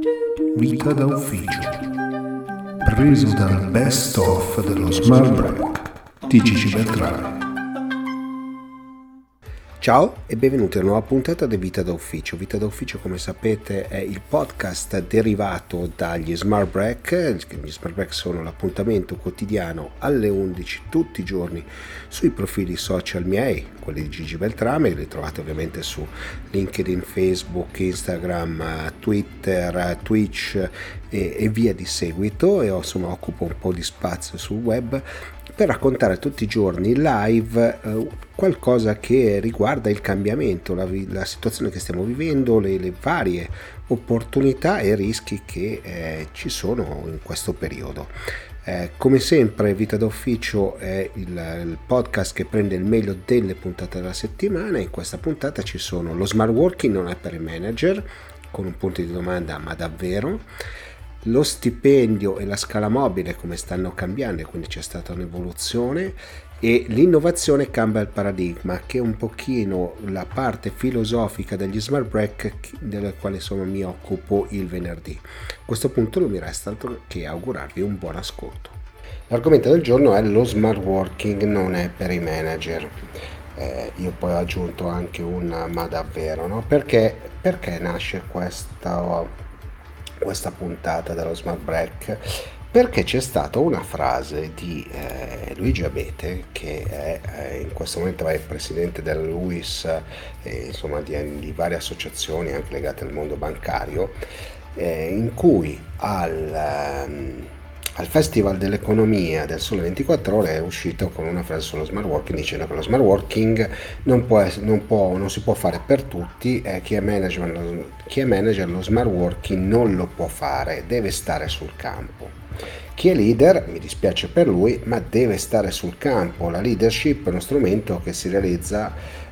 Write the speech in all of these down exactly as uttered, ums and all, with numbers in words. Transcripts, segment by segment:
Vita da ufficio, preso dal best of dello Smart Break di Gigi Beltrame. Ciao e benvenuti a una nuova puntata di Vita da Ufficio. Vita da Ufficio, come sapete, è il podcast derivato dagli Smart Break. Gli Smart Break sono l'appuntamento quotidiano alle undici tutti i giorni sui profili social miei, quelli di Gigi Beltrame, li trovate ovviamente su LinkedIn, Facebook, Instagram, Twitter, Twitch e, e via di seguito, e insomma occupo un po' di spazio sul web per raccontare tutti i giorni live eh, qualcosa che riguarda il cambiamento, la, la situazione che stiamo vivendo, le, le varie opportunità e rischi che eh, ci sono in questo periodo. Eh, come sempre, Vita d'Ufficio è il, il podcast che prende il meglio delle puntate della settimana. In questa puntata ci sono: lo smart working non è per i manager, con un punto di domanda: ma davvero? Lo stipendio e la scala mobile come stanno cambiando, e quindi c'è stata un'evoluzione, e l'innovazione cambia il paradigma, che è un pochino la parte filosofica degli smart break della quale insomma mi occupo il venerdì. A questo punto non mi resta altro che augurarvi un buon ascolto. L'argomento del giorno è: lo smart working non è per i manager. Eh, io poi ho aggiunto anche un ma davvero, no? Perché, perché nasce questa questa puntata dello Smart Break? Perché c'è stata una frase di eh, Luigi Abete, che è eh, in questo momento è il presidente del L U I S, eh, insomma di, di varie associazioni anche legate al mondo bancario, eh, in cui al, um, al Festival dell'Economia del Sole ventiquattro Ore è uscito con una frase sullo smart working, dicendo che lo smart working non, può, non, può, non si può fare per tutti, eh, chi, è manager, chi è manager lo smart working non lo può fare, deve stare sul campo. Chi è leader, mi dispiace per lui, ma deve stare sul campo. La leadership è uno strumento che si realizza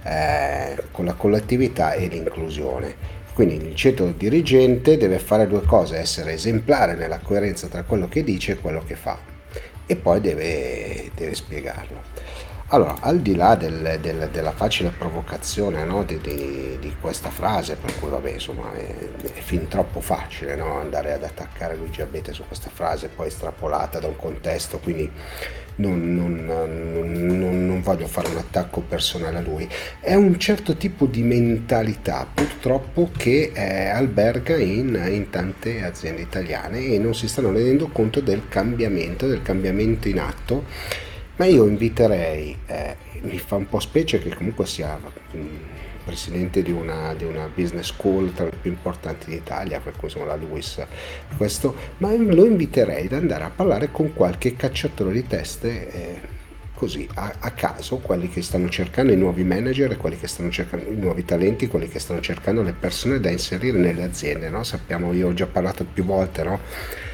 eh, con la collettività e l'inclusione. Quindi il ceto dirigente deve fare due cose: essere esemplare nella coerenza tra quello che dice e quello che fa, e poi deve, deve spiegarlo. Allora, al di là del, del, della facile provocazione, no, di, di, di questa frase, per cui vabbè, insomma, è, è fin troppo facile, no, andare ad attaccare Luigi Abete su questa frase poi estrapolata da un contesto, quindi non, non, non, non, non voglio fare un attacco personale a lui. È un certo tipo di mentalità, purtroppo, che eh, alberga in, in tante aziende italiane, e non si stanno rendendo conto del cambiamento, del cambiamento in atto. Ma io inviterei, eh, mi fa un po' specie che comunque sia mh, presidente di una, di una business school tra le più importanti d'Italia, per cui insomma la L U I S, questo, ma lo inviterei ad andare a parlare con qualche cacciatore di teste, eh, così a, a caso, quelli che stanno cercando i nuovi manager, quelli che stanno cercando i nuovi talenti, quelli che stanno cercando le persone da inserire nelle aziende, no? Sappiamo, io ho già parlato più volte, no,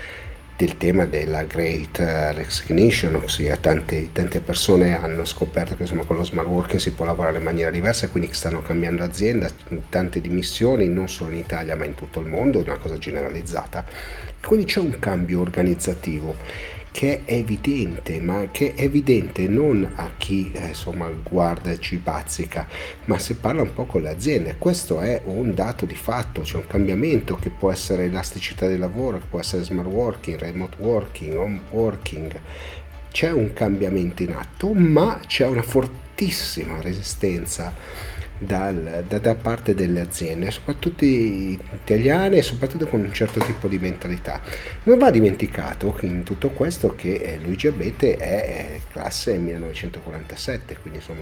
del tema della Great Resignation, ossia tante, tante persone hanno scoperto che insomma con lo smart working si può lavorare in maniera diversa, e quindi stanno cambiando azienda, tante dimissioni non solo in Italia ma in tutto il mondo, è una cosa generalizzata. Quindi c'è un cambio organizzativo che è evidente, ma che è evidente non a chi eh, insomma guarda e ci bazzica, ma se parla un po' con le aziende. Questo è un dato di fatto. C'è un cambiamento che può essere elasticità del lavoro, che può essere smart working, remote working, home working. C'è un cambiamento in atto, ma c'è una fortissima resistenza Dal, da, da parte delle aziende, soprattutto italiane, e soprattutto con un certo tipo di mentalità. Non va dimenticato in tutto questo che eh, Luigi Abete è eh, classe millenovecentoquarantasette, quindi insomma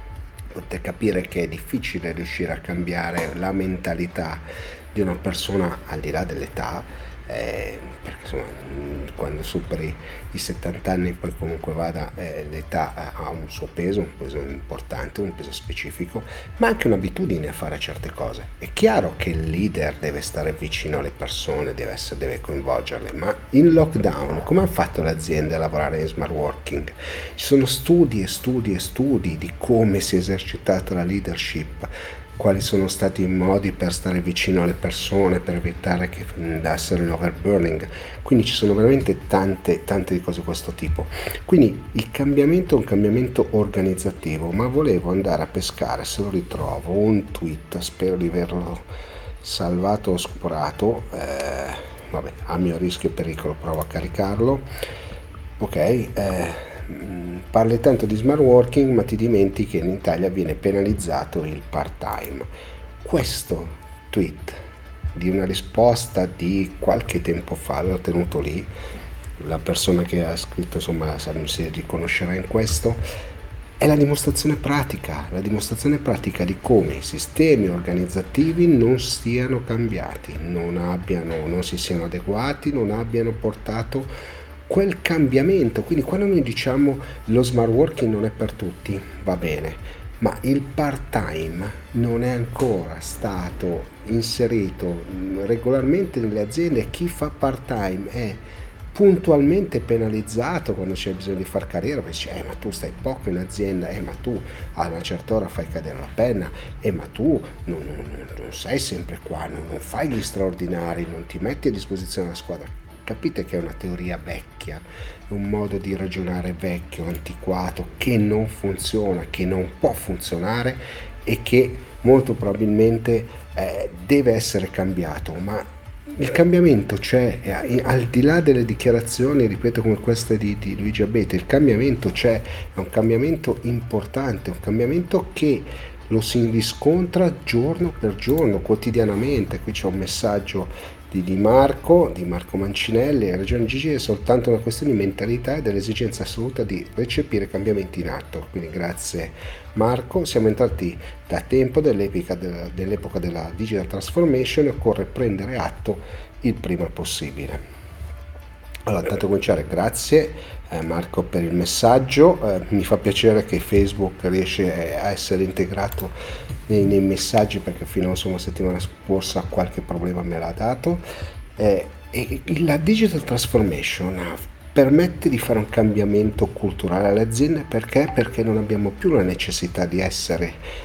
potete capire che è difficile riuscire a cambiare la mentalità di una persona al di là dell'età, eh, perché insomma quando superi i settanta anni poi comunque vada, eh, l'età ha un suo peso, un peso importante, un peso specifico, ma anche un'abitudine a fare certe cose. È chiaro che il leader deve stare vicino alle persone, deve, essere, deve coinvolgerle, ma in lockdown come hanno fatto le aziende a lavorare in smart working? Ci sono studi e studi e studi di come si è esercitata la leadership, quali sono stati i modi per stare vicino alle persone, per evitare che da essere un overburning. Quindi ci sono veramente tante tante di cose di questo tipo. Quindi il cambiamento è un cambiamento organizzativo, ma volevo andare a pescare, se lo ritrovo, un tweet, spero di averlo salvato o scorato, eh, vabbè, a mio rischio e pericolo provo a caricarlo. Ok, eh, parli tanto di smart working ma ti dimentichi che in Italia viene penalizzato il part-time. Questo tweet di una risposta di qualche tempo fa, l'ho tenuto lì, la persona che ha scritto insomma si riconoscerà in questo, è la dimostrazione pratica, la dimostrazione pratica di come i sistemi organizzativi non siano cambiati, non abbiano, non si siano adeguati, non abbiano portato quel cambiamento. Quindi quando noi diciamo lo smart working non è per tutti, va bene, ma il part-time non è ancora stato inserito regolarmente nelle aziende. Chi fa part-time è puntualmente penalizzato quando c'è bisogno di far carriera, perché dice, eh ma tu stai poco in azienda, eh ma tu a una certa ora fai cadere la penna, eh ma tu non, non, non sei sempre qua, non, non fai gli straordinari, non ti metti a disposizione della squadra. Capite che è una teoria vecchia, un modo di ragionare vecchio, antiquato, che non funziona, che non può funzionare e che molto probabilmente eh, deve essere cambiato. Ma il cambiamento c'è, al di là delle dichiarazioni, ripeto, come queste di, di Luigi Abete, il cambiamento c'è, è un cambiamento importante, un cambiamento che lo si riscontra giorno per giorno, quotidianamente. Qui c'è un messaggio di, di Marco, di Marco Mancinelli, ha ragione Gigi, è soltanto una questione di mentalità e dell'esigenza assoluta di recepire cambiamenti in atto. Quindi grazie Marco, siamo entrati da tempo dell'epoca della, dell'epoca della digital transformation e occorre prendere atto il prima possibile. Allora, intanto cominciare, grazie eh, Marco per il messaggio, eh, mi fa piacere che Facebook riesce a essere integrato nei, nei messaggi, perché fino alla settimana scorsa qualche problema me l'ha dato. Eh, e la digital transformation permette di fare un cambiamento culturale alle aziende, perché? Perché non abbiamo più la necessità di essere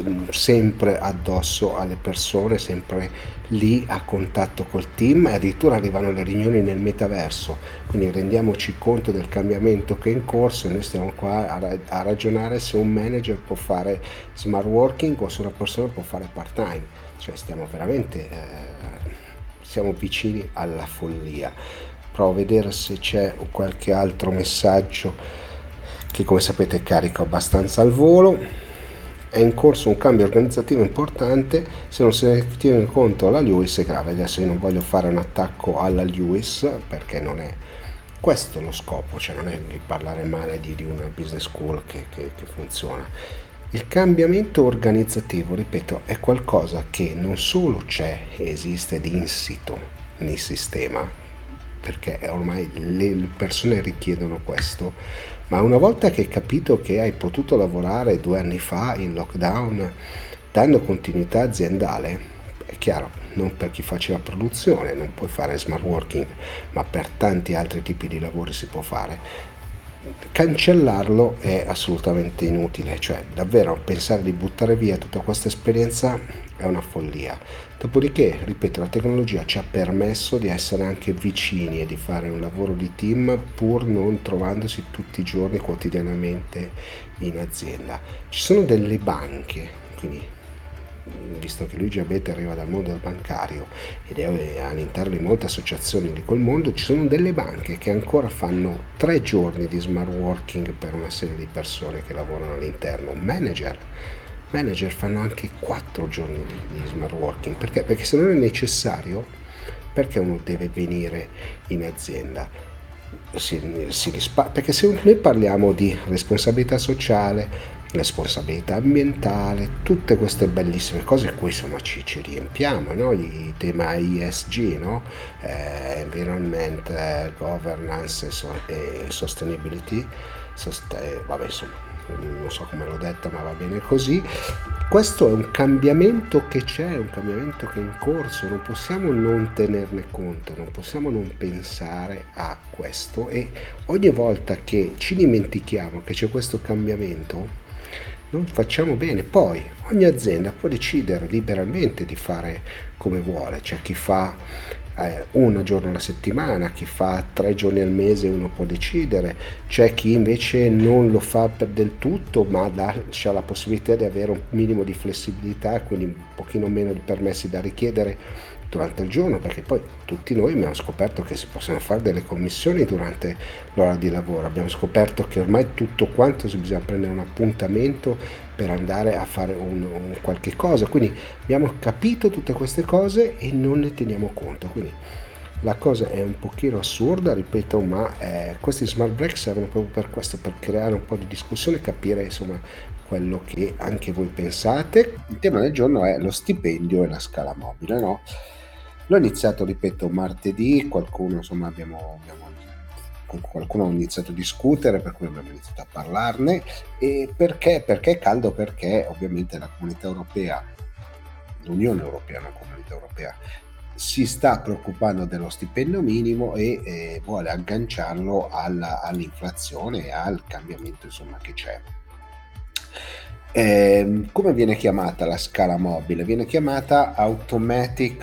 sempre addosso alle persone, sempre lì a contatto col team, e addirittura arrivano le riunioni nel metaverso. Quindi rendiamoci conto del cambiamento che è in corso e noi stiamo qua a, a ragionare se un manager può fare smart working o se una persona può fare part time. Cioè stiamo veramente eh, siamo vicini alla follia. Provo a vedere se c'è qualche altro messaggio che, come sapete, carico abbastanza al volo. È in corso un cambio organizzativo importante, se non si tiene conto alla Lewis è grave. Adesso io non voglio fare un attacco alla Lewis, perché non è questo lo scopo, cioè non è di parlare male di, di una business school che, che, che funziona. Il cambiamento organizzativo, ripeto, è qualcosa che non solo c'è e esiste di insito nel sistema, perché ormai le persone richiedono questo, ma una volta che hai capito che hai potuto lavorare due anni fa in lockdown dando continuità aziendale, è chiaro, non per chi faceva produzione non puoi fare smart working, ma per tanti altri tipi di lavori si può fare. Cancellarlo è assolutamente inutile, cioè davvero pensare di buttare via tutta questa esperienza è una follia. Dopodiché, ripeto, la tecnologia ci ha permesso di essere anche vicini e di fare un lavoro di team pur non trovandosi tutti i giorni quotidianamente in azienda. Ci sono delle banche, quindi visto che Luigi Abete arriva dal mondo del bancario ed è all'interno di molte associazioni di quel mondo, ci sono delle banche che ancora fanno tre giorni di smart working per una serie di persone che lavorano all'interno. Manager manager fanno anche quattro giorni di, di smart working, perché? Perché se non è necessario, perché uno deve venire in azienda? Si, si rispa- perché se noi parliamo di responsabilità sociale, responsabilità ambientale, tutte queste bellissime cose a cui insomma ci, ci riempiamo, no? Il tema E S G, no? eh, Environment, eh, Governance e, so- e Sustainability, sost- eh, vabbè insomma, non so come l'ho detta, ma va bene così. Questo è un cambiamento che c'è, un cambiamento che è in corso, non possiamo non tenerne conto, non possiamo non pensare a questo, e ogni volta che ci dimentichiamo che c'è questo cambiamento non facciamo bene. Poi ogni azienda può decidere liberamente di fare come vuole, c'è chi fa eh, un giorno alla settimana, chi fa tre giorni al mese, uno può decidere, c'è chi invece non lo fa per del tutto ma lascia la possibilità di avere un minimo di flessibilità, quindi un pochino meno di permessi da richiedere durante il giorno, perché poi tutti noi abbiamo scoperto che si possono fare delle commissioni durante l'ora di lavoro, abbiamo scoperto che ormai tutto quanto si bisogna prendere un appuntamento per andare a fare un, un qualche cosa, quindi abbiamo capito tutte queste cose e non ne teniamo conto, quindi la cosa è un pochino assurda, ripeto, ma eh, questi smart break servono proprio per questo, per creare un po' di discussione e capire insomma quello che anche voi pensate. Il tema del giorno è lo stipendio e la scala mobile, no? L'ho iniziato, ripeto, martedì, qualcuno insomma abbiamo, abbiamo con qualcuno ho iniziato a discutere, per cui abbiamo iniziato a parlarne. E perché? Perché è caldo? Perché ovviamente la comunità europea, l'Unione Europea, la comunità europea, si sta preoccupando dello stipendio minimo e eh, vuole agganciarlo alla, all'inflazione e al cambiamento insomma che c'è. Eh, come viene chiamata la scala mobile? Viene chiamata Automatic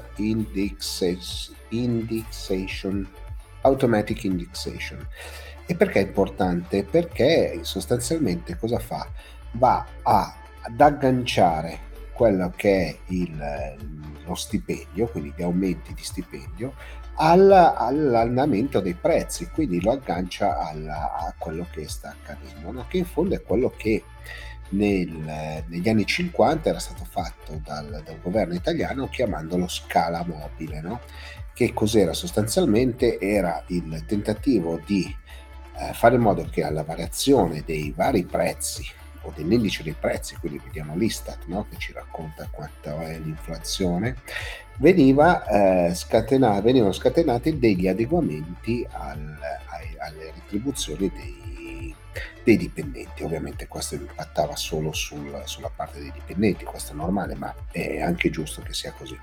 Indexation, Automatic Indexation. E perché è importante? Perché sostanzialmente cosa fa? Va a, ad agganciare quello che è il, lo stipendio, quindi gli aumenti di stipendio, al, all'andamento dei prezzi, quindi lo aggancia alla, a quello che sta accadendo, no? Che in fondo è quello che nel, negli anni cinquanta era stato fatto dal, dal governo italiano chiamandolo scala mobile, no? Che cos'era? Sostanzialmente era il tentativo di eh, fare in modo che alla variazione dei vari prezzi o dell'indice dei prezzi, quindi vediamo l'Istat, no? Che ci racconta quanto è l'inflazione, veniva, eh, scatena- venivano scatenati degli adeguamenti al, ai, alle retribuzioni dei, dei dipendenti. Ovviamente questo impattava solo sul, sulla parte dei dipendenti, questo è normale, ma è anche giusto che sia così.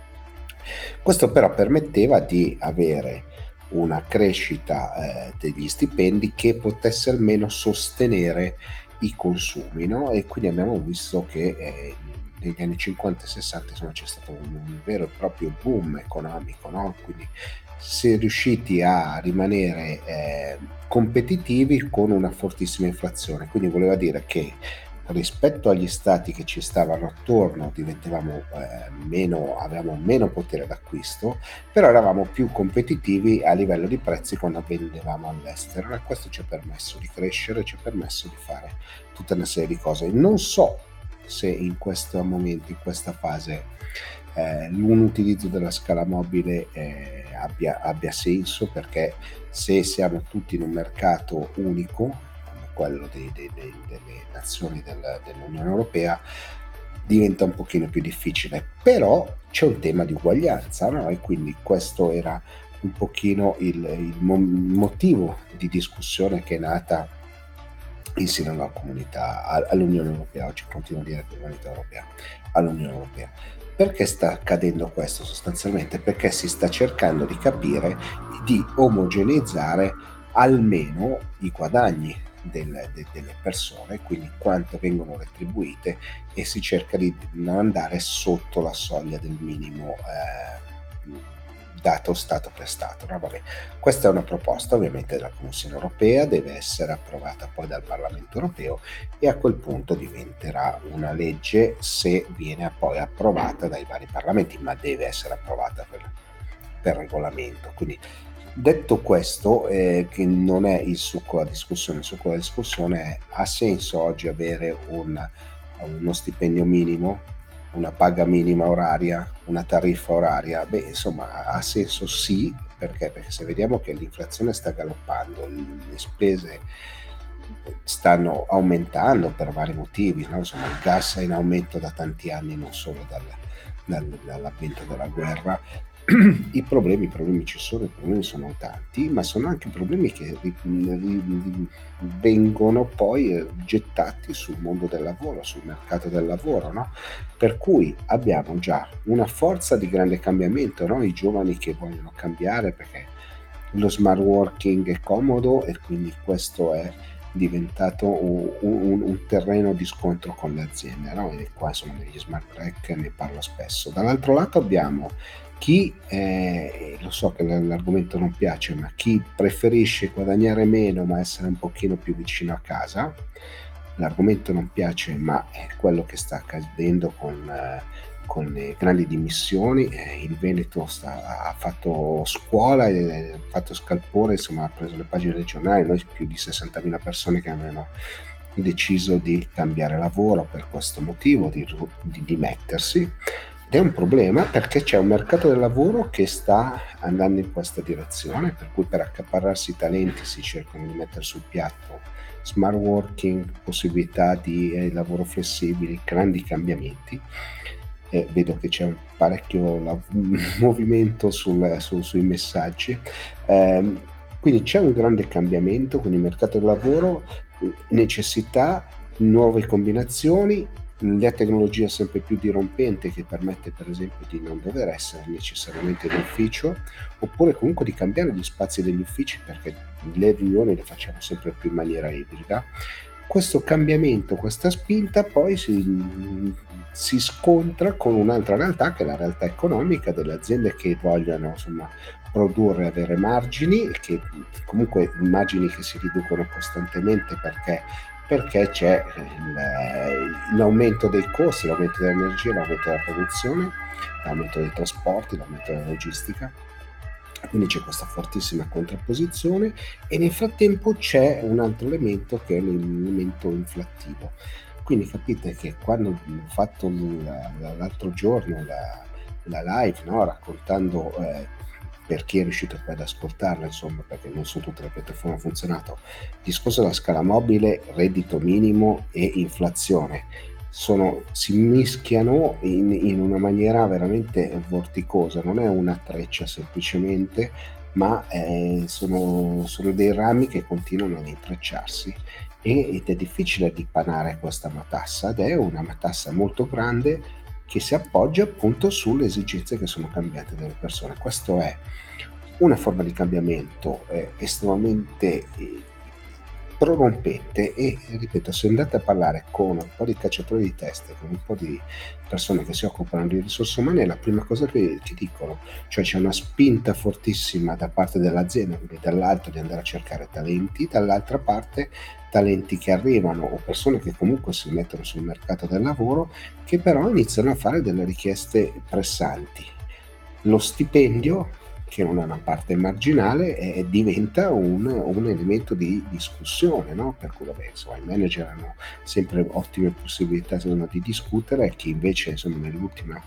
Questo però permetteva di avere una crescita eh, degli stipendi che potesse almeno sostenere i consumi, no? E quindi abbiamo visto che eh, negli anni cinquanta e sessanta insomma, c'è stato un, un vero e proprio boom economico, no? Quindi si è riusciti a rimanere eh, competitivi con una fortissima inflazione, quindi voleva dire che rispetto agli stati che ci stavano attorno diventavamo eh, meno, avevamo meno potere d'acquisto, però eravamo più competitivi a livello di prezzi quando vendevamo all'estero e questo ci ha permesso di crescere, ci ha permesso di fare tutta una serie di cose. Non so se in questo momento, in questa fase, eh, un utilizzo della scala mobile eh, abbia, abbia senso, perché se siamo tutti in un mercato unico quello dei, dei, dei, delle nazioni del, dell'Unione Europea diventa un pochino più difficile, però c'è un tema di uguaglianza, no? E quindi questo era un pochino il, il motivo di discussione che è nata insieme alla comunità, all'Unione Europea. Oggi continuo a dire comunità europea, all'Unione Europea. Perché sta accadendo questo sostanzialmente? Perché si sta cercando di capire, di omogeneizzare almeno i guadagni del, de, delle persone, quindi quanto vengono retribuite, e si cerca di non andare sotto la soglia del minimo eh, dato Stato per Stato. No? Vabbè. Questa è una proposta ovviamente della Commissione Europea, deve essere approvata poi dal Parlamento Europeo e a quel punto diventerà una legge se viene poi approvata dai vari parlamenti, ma deve essere approvata per, per regolamento. Quindi detto questo, eh, che non è il succo della discussione, il succo della discussione è: ha senso oggi avere un, uno stipendio minimo, una paga minima oraria, una tariffa oraria? Beh, insomma, ha senso sì, perché? Perché se vediamo che l'inflazione sta galoppando, le spese stanno aumentando per vari motivi, no? Insomma, il gas è in aumento da tanti anni, non solo dal, dal, dall'avvento della guerra. I problemi, i problemi ci sono, i problemi sono tanti, ma sono anche problemi che ri, ri, vengono poi gettati sul mondo del lavoro, sul mercato del lavoro, no? Per cui abbiamo già una forza di grande cambiamento, no? I giovani che vogliono cambiare perché lo smart working è comodo e quindi questo è diventato un, un, un terreno di scontro con le aziende, no? E qua insomma negli smart break ne parlo spesso. Dall'altro lato abbiamo chi, eh, lo so che l'argomento non piace, ma chi preferisce guadagnare meno ma essere un pochino più vicino a casa. L'argomento non piace, ma è quello che sta accadendo con, eh, con le grandi dimissioni. Eh, il Veneto sta, ha fatto scuola, e ha fatto scalpore, insomma ha preso le pagine dei giornali, noi più di sessantamila persone che avevano deciso di cambiare lavoro per questo motivo, di, di dimettersi. Ed è un problema perché c'è un mercato del lavoro che sta andando in questa direzione, per cui per accaparrarsi i talenti si cercano di mettere sul piatto smart working, possibilità di eh, lavoro flessibili, grandi cambiamenti. Eh, vedo che c'è un parecchio la, movimento sul, su, sui messaggi. Eh, quindi c'è un grande cambiamento con il mercato del lavoro, necessità, nuove combinazioni, la tecnologia sempre più dirompente che permette per esempio di non dover essere necessariamente in ufficio, oppure comunque di cambiare gli spazi degli uffici perché le riunioni le facciamo sempre più in maniera ibrida. Questo cambiamento, questa spinta poi si, si scontra con un'altra realtà che è la realtà economica delle aziende che vogliono insomma produrre, avere margini, che comunque margini che si riducono costantemente perché perché c'è il, l'aumento dei costi, l'aumento dell'energia, l'aumento della produzione, l'aumento dei trasporti, l'aumento della logistica. Quindi c'è questa fortissima contrapposizione e nel frattempo c'è un altro elemento che è l'elemento inflattivo. Quindi capite che quando ho fatto l'altro giorno la, la live, no, raccontando eh, per chi è riuscito poi ad ascoltarla, insomma, perché non su tutte le piattaforme ha funzionato, il discorso della scala mobile, reddito minimo e inflazione sono, si mischiano in, in una maniera veramente vorticosa, non è una treccia semplicemente, ma eh, sono, sono dei rami che continuano ad intrecciarsi e, ed è difficile dipanare questa matassa, ed è una matassa molto grande che si appoggia appunto sulle esigenze che sono cambiate delle persone. Questo è una forma di cambiamento eh, estremamente eh, prorompente e, ripeto, se andate a parlare con un po' di cacciatori di teste, con un po' di persone che si occupano di risorse umane, è la prima cosa che ti dicono, cioè c'è una spinta fortissima da parte dell'azienda, quindi dall'alto di andare a cercare talenti, dall'altra parte talenti che arrivano o persone che comunque si mettono sul mercato del lavoro, che però iniziano a fare delle richieste pressanti. Lo stipendio, che non è una parte marginale, è, diventa un, un elemento di discussione, no? Per cui vabbè, insomma, i manager hanno sempre ottime possibilità insomma, di discutere, e chi invece insomma, nell'ultima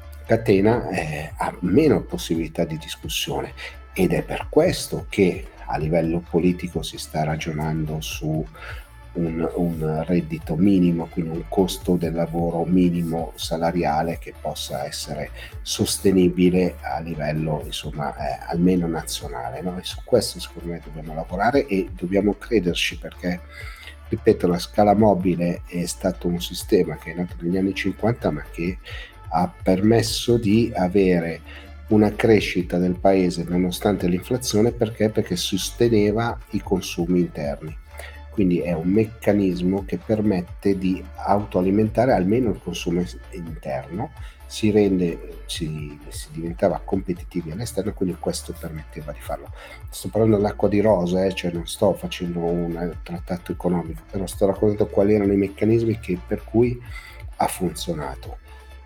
catena eh, ha meno possibilità di discussione, ed è per questo che a livello politico si sta ragionando su un, un reddito minimo, quindi un costo del lavoro minimo salariale che possa essere sostenibile a livello insomma eh, almeno nazionale, no? E su questo secondo me dobbiamo lavorare e dobbiamo crederci, perché ripeto, la scala mobile è stato un sistema che è nato negli anni cinquanta ma che ha permesso di avere una crescita del paese nonostante l'inflazione. Perché? Perché sosteneva i consumi interni. Quindi è un meccanismo che permette di autoalimentare almeno il consumo interno, si rende, si, si diventava competitivi all'esterno, quindi questo permetteva di farlo. Sto parlando dell'acqua di rosa, eh, cioè non sto facendo un trattato economico, però sto raccontando quali erano i meccanismi che, per cui ha funzionato.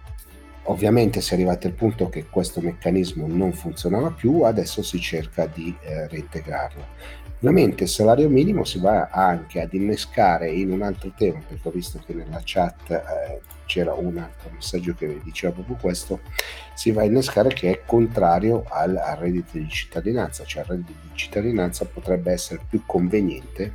Ovviamente si è arrivati al punto che questo meccanismo non funzionava più, adesso si cerca di eh, reintegrarlo. Ovviamente il salario minimo si va anche ad innescare in un altro tema, perché ho visto che nella chat eh, c'era un altro messaggio che diceva proprio questo, si va a innescare che è contrario al, al reddito di cittadinanza, cioè il reddito di cittadinanza potrebbe essere più conveniente,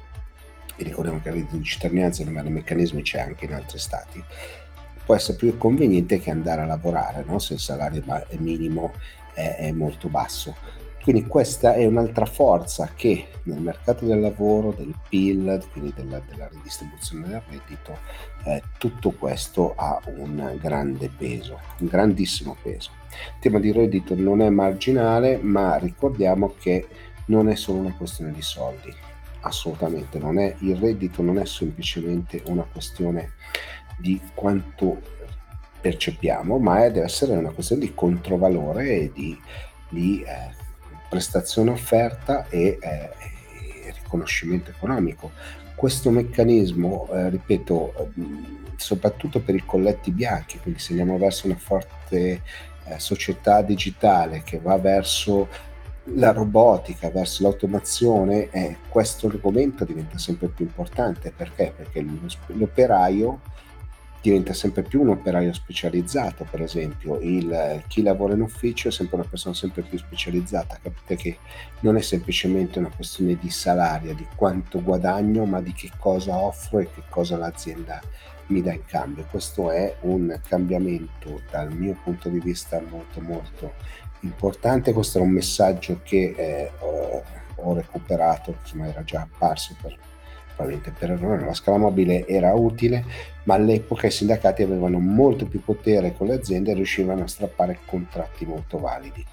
e ricordiamo che il reddito di cittadinanza in vari meccanismi c'è anche in altri stati, può essere più conveniente che andare a lavorare, no? Se il salario minimo è, è molto basso. Quindi questa è un'altra forza che nel mercato del lavoro, del P I L, quindi della, della ridistribuzione del reddito, eh, tutto questo ha un grande peso, un grandissimo peso. Il tema di reddito non è marginale, ma ricordiamo che non è solo una questione di soldi, assolutamente non è. Il reddito non è semplicemente una questione di quanto percepiamo, ma deve essere una questione di controvalore e di, di eh, prestazione offerta e, eh, e riconoscimento economico. Questo meccanismo, eh, ripeto, soprattutto per i colletti bianchi, quindi se andiamo verso una forte eh, società digitale che va verso la robotica, verso l'automazione, eh, questo argomento diventa sempre più importante. Perché? Perché l'operaio diventa sempre più un operaio specializzato. Per esempio, il, chi lavora in ufficio è sempre una persona sempre più specializzata. Capite che non è semplicemente una questione di salario, di quanto guadagno, ma di che cosa offro e che cosa l'azienda mi dà in cambio. Questo è un cambiamento dal mio punto di vista molto molto importante. Questo è un messaggio che eh, ho, ho recuperato, insomma era già apparso per probabilmente per errore. La scala mobile era utile, ma all'epoca i sindacati avevano molto più potere con le aziende e riuscivano a strappare contratti molto validi.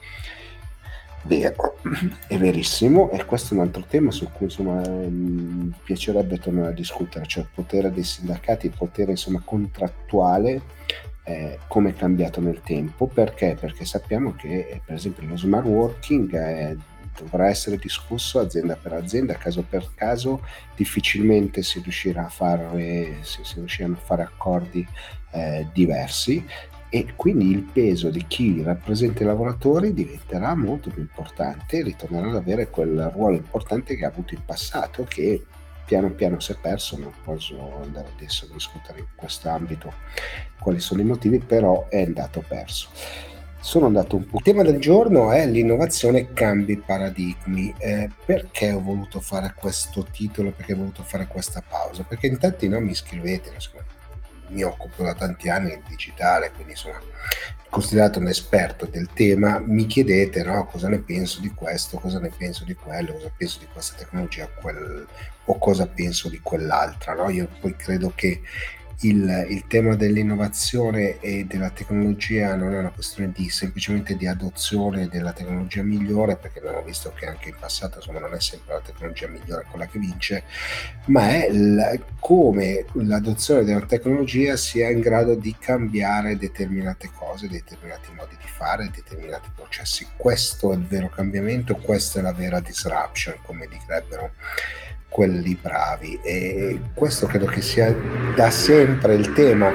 Vero, è verissimo, e questo è un altro tema su cui insomma mi piacerebbe tornare a discutere, cioè il potere dei sindacati, il potere insomma contrattuale, eh, come è cambiato nel tempo. Perché? Perché sappiamo che eh, per esempio lo smart working eh, dovrà essere discusso azienda per azienda, caso per caso. Difficilmente si riuscirà a fare, si, si riusciranno a fare accordi eh, diversi, e quindi il peso di chi rappresenta i lavoratori diventerà molto più importante, ritornerà ad avere quel ruolo importante che ha avuto in passato, che piano piano si è perso. Non posso andare adesso a discutere in questo ambito quali sono i motivi, però è andato perso. Sono andato un po'. Il tema del giorno è l'innovazione cambi paradigmi. Eh, perché ho voluto fare questo titolo? Perché ho voluto fare questa pausa? Perché in tanti no, mi scrivete, mi occupo da tanti anni di digitale, quindi sono considerato un esperto del tema. Mi chiedete no, cosa ne penso di questo, cosa ne penso di quello, cosa penso di questa tecnologia quel, o cosa penso di quell'altra. No? Io poi credo che Il, il tema dell'innovazione e della tecnologia non è una questione di semplicemente di adozione della tecnologia migliore, perché abbiamo visto che anche in passato insomma non è sempre la tecnologia migliore quella che vince, ma è il, come l'adozione della tecnologia sia in grado di cambiare determinate cose, determinati modi di fare, determinati processi. Questo è il vero cambiamento, questa è la vera disruption, come direbbero quelli bravi, e questo credo che sia da sempre il tema.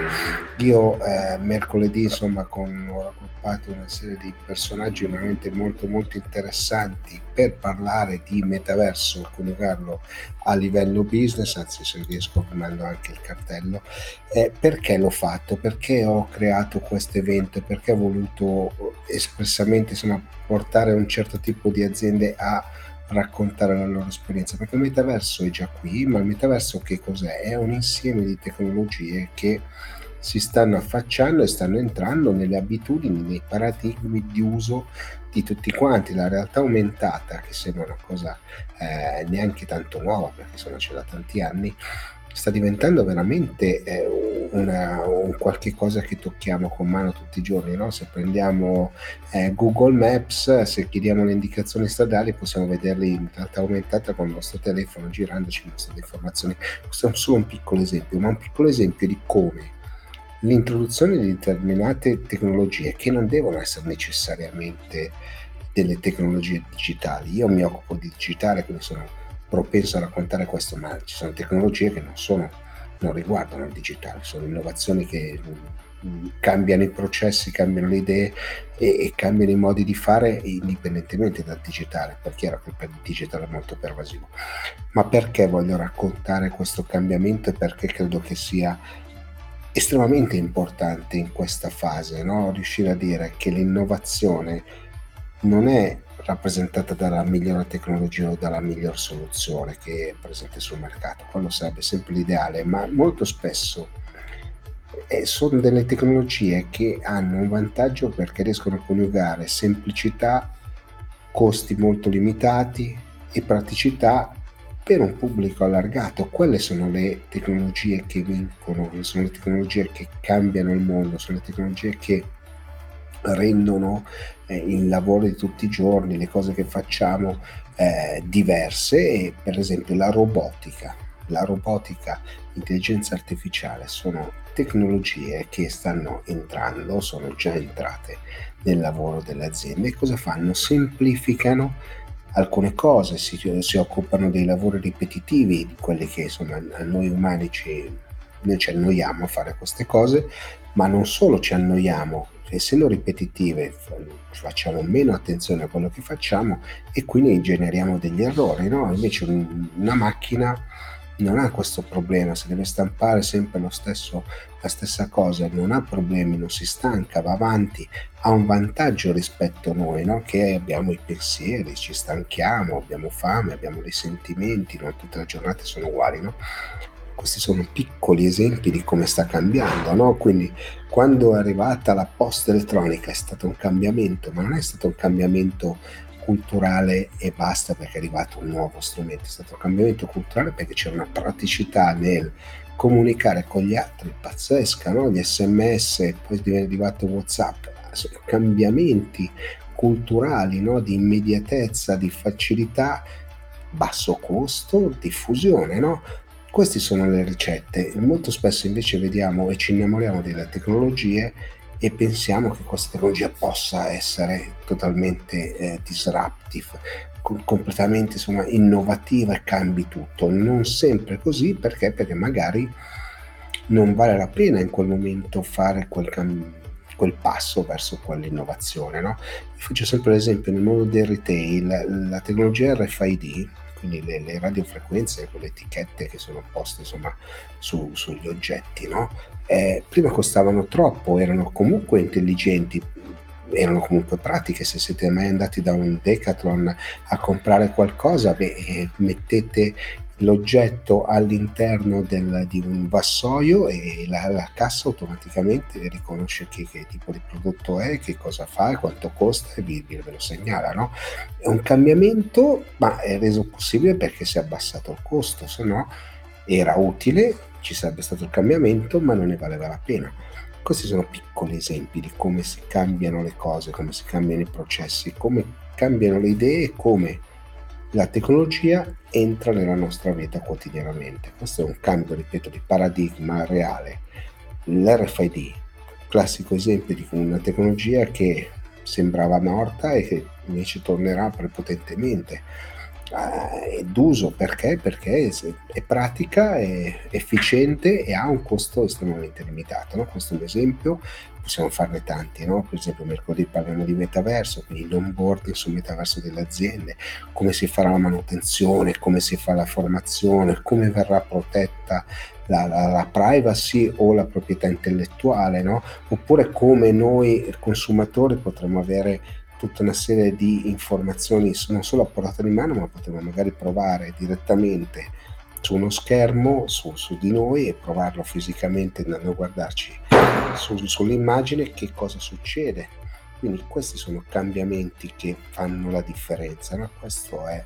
Io eh, mercoledì insomma con, ho raggruppato una serie di personaggi veramente molto molto interessanti per parlare di metaverso, coniugarlo a livello business, anzi se riesco mando anche il cartello. Eh, perché l'ho fatto? Perché ho creato questo evento? Perché ho voluto espressamente insomma portare un certo tipo di aziende a raccontare la loro esperienza? Perché il metaverso è già qui, ma il metaverso che cos'è? È un insieme di tecnologie che si stanno affacciando e stanno entrando nelle abitudini, nei paradigmi di uso di tutti quanti. La realtà aumentata, che sembra una cosa eh, neanche tanto nuova, perché insomma c'è da tanti anni, sta diventando veramente eh, una, un qualche cosa che tocchiamo con mano tutti i giorni, no? Se prendiamo eh, Google Maps, se chiediamo le indicazioni stradali, possiamo vederle in realtà aumentata con il nostro telefono, girandoci le nostre informazioni. Questo è solo un piccolo esempio, ma un piccolo esempio di come l'introduzione di determinate tecnologie, che non devono essere necessariamente delle tecnologie digitali. Io mi occupo di digitale, quindi sono propenso a raccontare questo, ma ci sono tecnologie che non sono, non riguardano il digitale, sono innovazioni che mh, cambiano i processi, cambiano le idee e, e cambiano i modi di fare indipendentemente dal digitale. Perché è chiaro che il digitale è molto pervasivo. Ma perché voglio raccontare questo cambiamento e perché credo che sia estremamente importante in questa fase, no? Riuscire a dire che l'innovazione non è rappresentata dalla migliore tecnologia o dalla miglior soluzione che è presente sul mercato. Quello sarebbe sempre l'ideale, ma molto spesso eh, sono delle tecnologie che hanno un vantaggio perché riescono a coniugare semplicità, costi molto limitati e praticità per un pubblico allargato. Quelle sono le tecnologie che vincono, sono le tecnologie che cambiano il mondo, sono le tecnologie che rendono eh, il lavoro di tutti i giorni, le cose che facciamo eh, diverse. E per esempio la robotica, la robotica, l'intelligenza artificiale sono tecnologie che stanno entrando, sono già entrate nel lavoro delle aziende. E cosa fanno? Semplificano alcune cose, si, si occupano dei lavori ripetitivi, di quelli che insomma a noi umani ci, noi ci annoiamo a fare queste cose, ma non solo ci annoiamo, essendo ripetitive facciamo meno attenzione a quello che facciamo e quindi generiamo degli errori, no? Invece una macchina non ha questo problema, se deve stampare sempre lo stesso, la stessa cosa, non ha problemi, non si stanca, va avanti, ha un vantaggio rispetto a noi, no? Che abbiamo i pensieri, ci stanchiamo, abbiamo fame, abbiamo dei sentimenti, non tutte le giornate sono uguali, no? Questi sono piccoli esempi di come sta cambiando, no? Quindi quando è arrivata la posta elettronica è stato un cambiamento, ma non è stato un cambiamento culturale e basta perché è arrivato un nuovo strumento, è stato un cambiamento culturale perché c'è una praticità nel comunicare con gli altri pazzesca, no? Gli sms, poi è arrivato WhatsApp, sono cambiamenti culturali, no? Di immediatezza, di facilità, basso costo, diffusione, no? Queste sono le ricette. Molto spesso invece vediamo e ci innamoriamo delle tecnologie e pensiamo che questa tecnologia possa essere totalmente eh, disruptive, com- completamente insomma innovativa e cambi tutto. Non sempre così, perché? Perché magari non vale la pena in quel momento fare quel, cam- quel passo verso quell'innovazione, no? Faccio sempre l'esempio nel mondo del retail, la tecnologia R F I D, quindi le, le radiofrequenze, quelle etichette che sono poste insomma su, sugli oggetti, no? Eh, prima costavano troppo, erano comunque intelligenti, erano comunque pratiche. Se siete mai andati da un Decathlon a comprare qualcosa, beh, eh, mettete l'oggetto all'interno del, di un vassoio e la, la cassa automaticamente riconosce che, che tipo di prodotto è, che cosa fa, quanto costa e vi, vi ve lo segnala, no? È un cambiamento, ma è reso possibile perché si è abbassato il costo, se no era utile, ci sarebbe stato il cambiamento, ma non ne valeva la pena. Questi sono piccoli esempi di come si cambiano le cose, come si cambiano i processi, come cambiano le idee e come la tecnologia entra nella nostra vita quotidianamente. Questo è un cambio, ripeto, di paradigma reale. L'R F I D, classico esempio di una tecnologia che sembrava morta e che invece tornerà prepotentemente eh, d'uso. Perché? Perché è pratica, è efficiente e ha un costo estremamente limitato, no? Questo è un esempio, possiamo farne tanti, no? Per esempio mercoledì parliamo di metaverso, quindi l'onboarding sul metaverso delle aziende, come si farà la manutenzione, come si fa la formazione, come verrà protetta la, la, la privacy o la proprietà intellettuale, no? Oppure come noi consumatori potremmo avere tutta una serie di informazioni non solo a portata di mano, ma potremmo magari provare direttamente su uno schermo su, su di noi e provarlo fisicamente andando a guardarci su, sull'immagine che cosa succede. Quindi questi sono cambiamenti che fanno la differenza, no? Questo è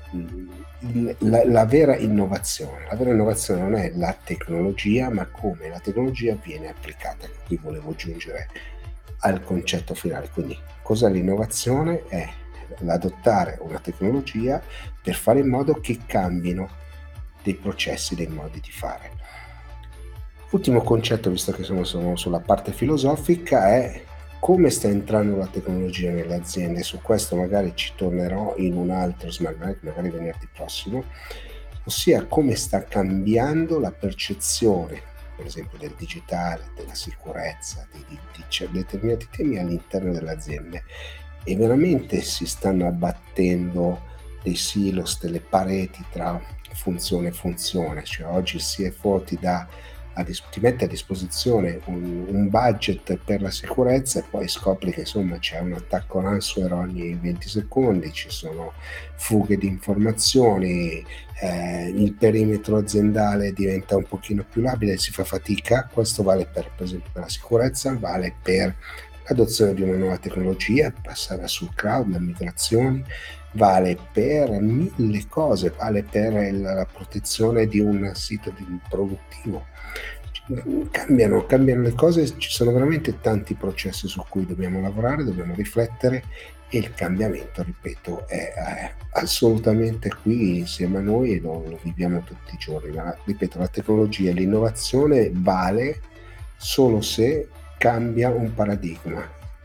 il, la, la vera innovazione. La vera innovazione non è la tecnologia, ma come la tecnologia viene applicata. Qui volevo giungere al concetto finale. Quindi cos'è l'innovazione? È l'adottare una tecnologia per fare in modo che cambino dei processi, dei modi di fare. Ultimo concetto, visto che sono, sono sulla parte filosofica, è come sta entrando la tecnologia nelle aziende. Su questo magari ci tornerò in un altro Smart Break, magari venerdì prossimo, ossia come sta cambiando la percezione, per esempio del digitale, della sicurezza, di, di, di determinati temi all'interno delle aziende, e veramente si stanno abbattendo dei silos, delle pareti tra funzione e funzione. Cioè oggi il C F O ti dà a dis- ti mette a disposizione un, un budget per la sicurezza e poi scopri che insomma c'è un attacco ransomware ogni venti secondi, ci sono fughe di informazioni, eh, il perimetro aziendale diventa un pochino più labile, si fa fatica. Questo vale per, per esempio per la sicurezza, vale per l'adozione di una nuova tecnologia, passare sul cloud, le migrazioni, vale per mille cose, vale per la protezione di un sito produttivo. Cambiano, cambiano le cose, ci sono veramente tanti processi su cui dobbiamo lavorare, dobbiamo riflettere, e il cambiamento, ripeto, è, è assolutamente qui insieme a noi e lo, lo viviamo tutti i giorni. Ma ripeto, la tecnologia e l'innovazione vale solo se cambia un paradigma.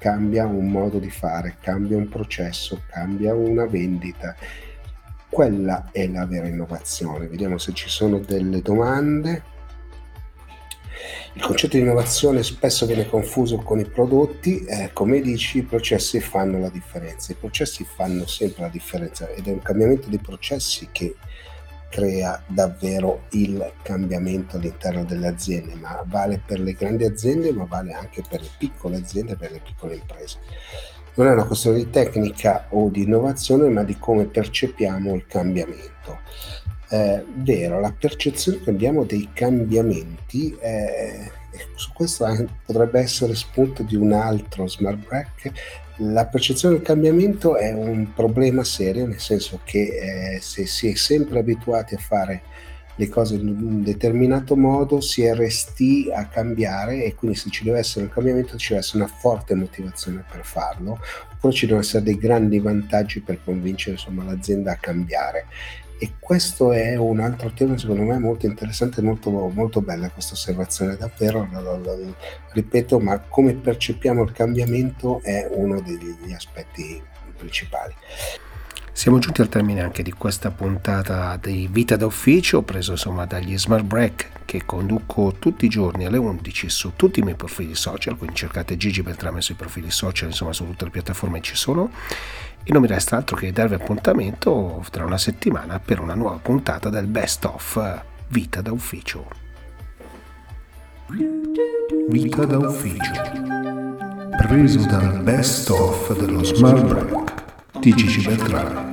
cambia un modo di fare, cambia un processo, cambia una vendita. Quella è la vera innovazione. Vediamo se ci sono delle domande. Il concetto di innovazione spesso viene confuso con i prodotti, eh, come dici, i processi fanno la differenza. I processi fanno sempre la differenza ed è un cambiamento dei processi che crea davvero il cambiamento all'interno delle aziende, ma vale per le grandi aziende, ma vale anche per le piccole aziende, per le piccole imprese. Non è una questione di tecnica o di innovazione, ma di come percepiamo il cambiamento. Eh, vero, la percezione che abbiamo dei cambiamenti, eh, su questo potrebbe essere spunto di un altro smart break. La percezione del cambiamento è un problema serio, nel senso che eh, se si è sempre abituati a fare le cose in un determinato modo, si è resti a cambiare, e quindi se ci deve essere un cambiamento ci deve essere una forte motivazione per farlo, oppure ci devono essere dei grandi vantaggi per convincere, insomma, l'azienda a cambiare. E questo è un altro tema, secondo me, molto interessante e molto, molto bella questa osservazione, davvero, lo, lo, lo, ripeto, ma come percepiamo il cambiamento è uno degli aspetti principali. Siamo giunti al termine anche di questa puntata di Vita da Ufficio, preso insomma dagli Smart Break che conduco tutti i giorni alle undici su tutti i miei profili social, quindi cercate Gigi Beltrame sui profili social, insomma su tutte le piattaforme ci sono, e non mi resta altro che darvi appuntamento tra una settimana per una nuova puntata del Best of Vita da Ufficio. Vita da Ufficio, preso dal Best of dello Smart Break di Gigi Beltrame.